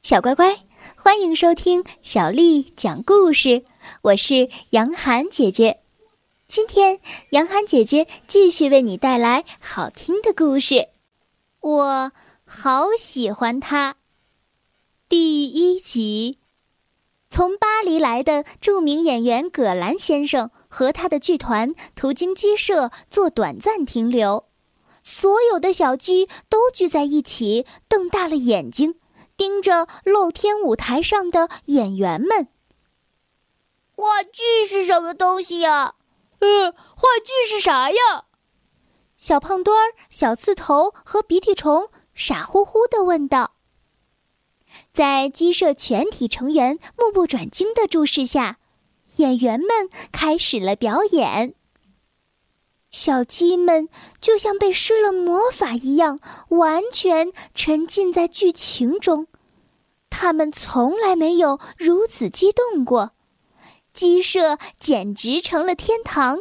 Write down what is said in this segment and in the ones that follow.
小乖乖，欢迎收听小丽讲故事，我是杨涵姐姐。今天杨涵姐姐继续为你带来好听的故事。我好喜欢他。第1集，从巴黎来的著名演员葛兰先生和他的剧团途经鸡舍做短暂停留，所有的小鸡都聚在一起，瞪大了眼睛盯着露天舞台上的演员们。 话剧是什么东西呀？ 话剧是啥呀？ 小胖墩儿、小刺头和鼻涕虫傻乎乎地问道。在鸡舍全体成员目不转睛的注视下，演员们开始了表演。小鸡们就像被施了魔法一样，完全沉浸在剧情中。他们从来没有如此激动过，鸡舍简直成了天堂。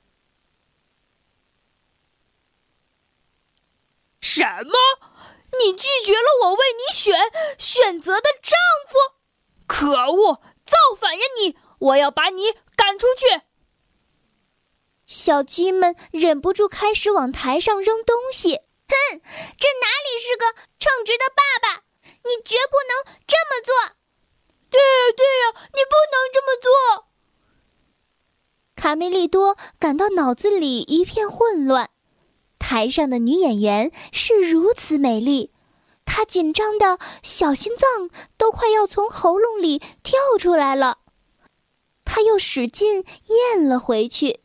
什么？你拒绝了我为你选择的丈夫？可恶，造反呀你！我要把你赶出去！ 小鸡们忍不住开始往台上扔东西。 哼，这哪里是个称职的爸爸？你绝不能这么做！ 对呀，你不能这么做！ 卡梅利多感到脑子里一片混乱。台上的女演员是如此美丽，她紧张的小心脏都快要从喉咙里跳出来了。她又使劲咽了回去。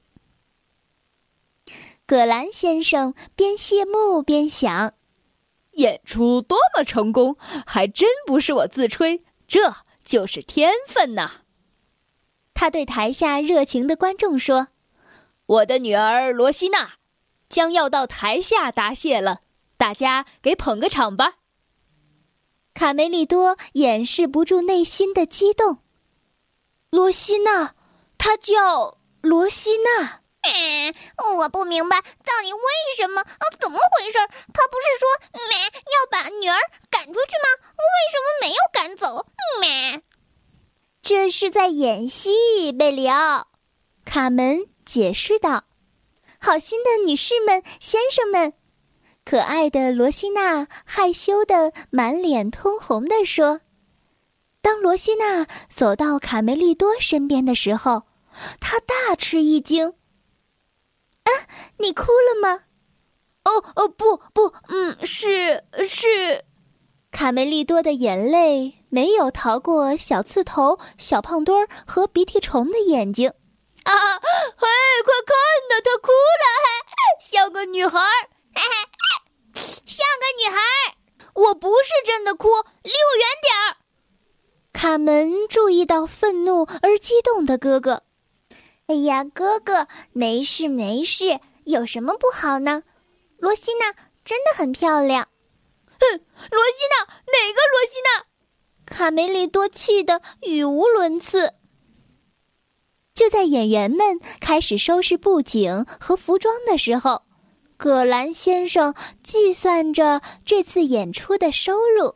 葛兰先生边谢幕边想， 演出多么成功，还真不是我自吹，这就是天分呐！ 他对台下热情的观众说：“ 我的女儿罗西娜将要到台下答谢了，大家给捧个场吧。” 卡梅利多掩饰不住内心的激动。罗西娜，她叫罗西娜。 我不明白到底为什么？怎么回事？他不是说要把女儿赶出去吗？为什么没有赶走？ 这是在演戏，贝里奥。卡门解释道。好心的女士们、先生们，可爱的罗西娜害羞的满脸通红地说。当罗西娜走到卡梅利多身边的时候，她大吃一惊。你哭了吗？ 不，是。 卡梅利多的眼泪没有逃过小刺头、小胖墩儿和鼻涕虫的眼睛。 快看呐，她哭了，像个女孩， 像个女孩。我不是真的哭，离我远点儿。 卡门注意到愤怒而激动的哥哥。 哎呀，哥哥，没事，有什么不好呢？罗西娜真的很漂亮。 罗西娜，哪个罗西娜？ 卡梅利多气得语无伦次。就在演员们开始收拾布景和服装的时候，葛兰先生计算着这次演出的收入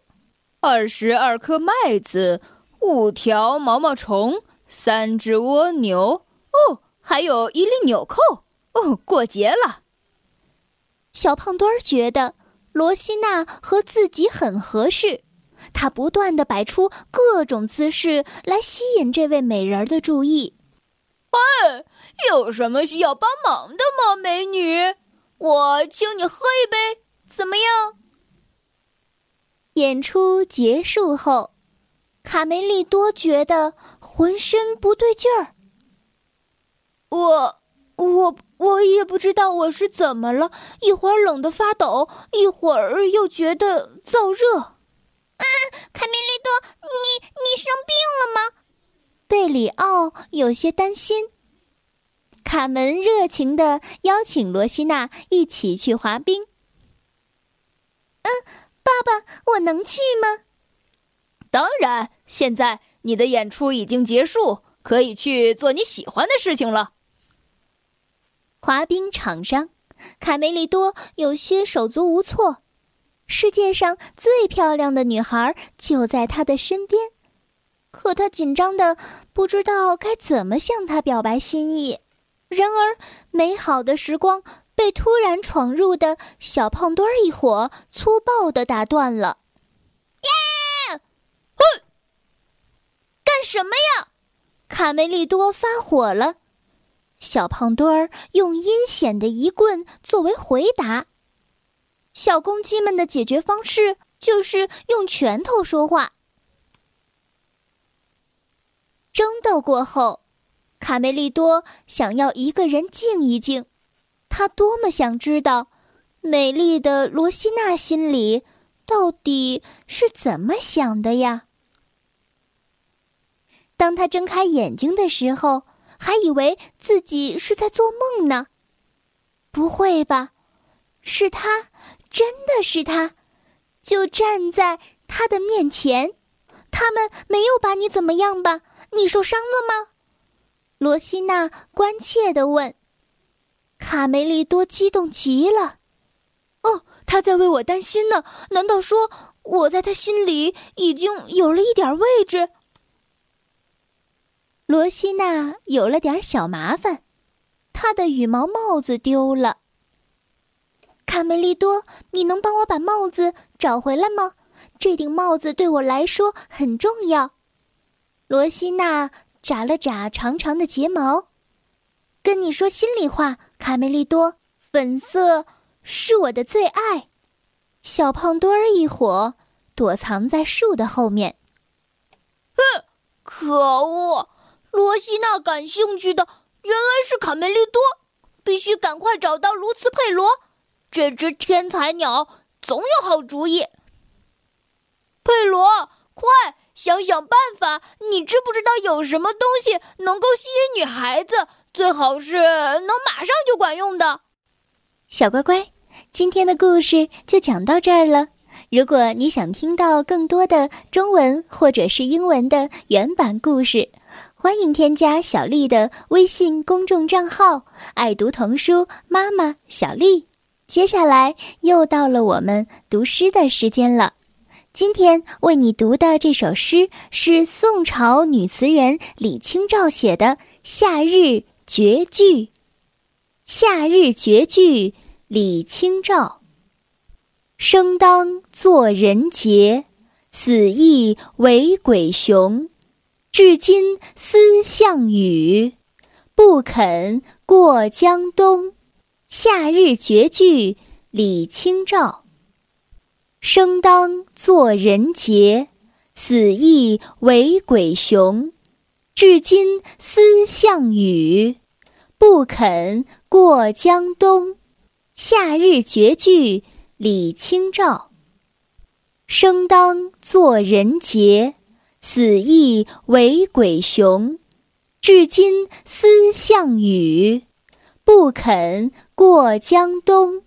：22颗麦子，5条毛毛虫，3只蜗牛，还有1粒纽扣，过节了。 小胖墩儿觉得罗西娜和自己很合适，他不断地摆出各种姿势来吸引这位美人的注意。 有什么需要帮忙的吗，美女？我请你喝一杯，怎么样？ 演出结束后，卡梅利多觉得浑身不对劲儿。我也不知道我是怎么了，一会儿冷得发抖，一会儿又觉得燥热。 卡梅利多，你生病了吗？ 贝里奥有些担心。卡门热情地邀请罗西娜一起去滑冰。爸爸，我能去吗？ 当然，现在你的演出已经结束，可以去做你喜欢的事情了。 滑冰场上，卡梅利多有些手足无措。 世界上最漂亮的女孩就在他的身边，可他紧张的不知道该怎么向她表白心意。然而，美好的时光被突然闯入的小胖墩儿一伙粗暴地打断了。 耶！ 哼！干什么呀？卡梅利多发火了。小胖墩儿用阴险的一棍作为回答。小公鸡们的解决方式就是用拳头说话。争斗过后，卡梅利多想要一个人静一静，他多么想知道美丽的罗西娜心里到底是怎么想的呀。当他睁开眼睛的时候，还以为自己是在做梦呢。不会吧，是他，真的是他，就站在他的面前。他们没有把你怎么样吧？你受伤了吗？罗西娜关切地问。卡梅利多激动极了。哦，他在为我担心呢，难道说我在他心里已经有了一点位置？罗西娜有了点小麻烦，她的羽毛帽子丢了。卡梅利多，你能帮我把帽子找回来吗？这顶帽子对我来说很重要。罗西娜眨了眨长长的睫毛。跟你说心里话，卡梅利多，粉色是我的最爱。小胖墩儿一伙躲藏在树的后面。 哼，可恶！罗西娜感兴趣的原来是卡梅利多，必须赶快找到卢茨佩罗，这只天才鸟总有好主意。佩罗，快想想办法，你知不知道有什么东西能够吸引女孩子，最好是能马上就管用的。 小乖乖，今天的故事就讲到这儿了。如果你想听到更多的中文或者是英文的原版故事，欢迎添加小丽的微信公众账号爱读童书妈妈小丽。接下来又到了我们读诗的时间了。今天为你读的这首诗是宋朝女词人李清照写的《夏日绝句》。夏日绝句，李清照。生当作人杰，死亦为鬼雄。至今思项羽，不肯过江东。夏日绝句，李清照。生当作人杰，死亦为鬼雄。至今思项羽，不肯过江东。夏日绝句，李清照。生当作人杰，死亦为鬼雄。至今思项羽，不肯过江东。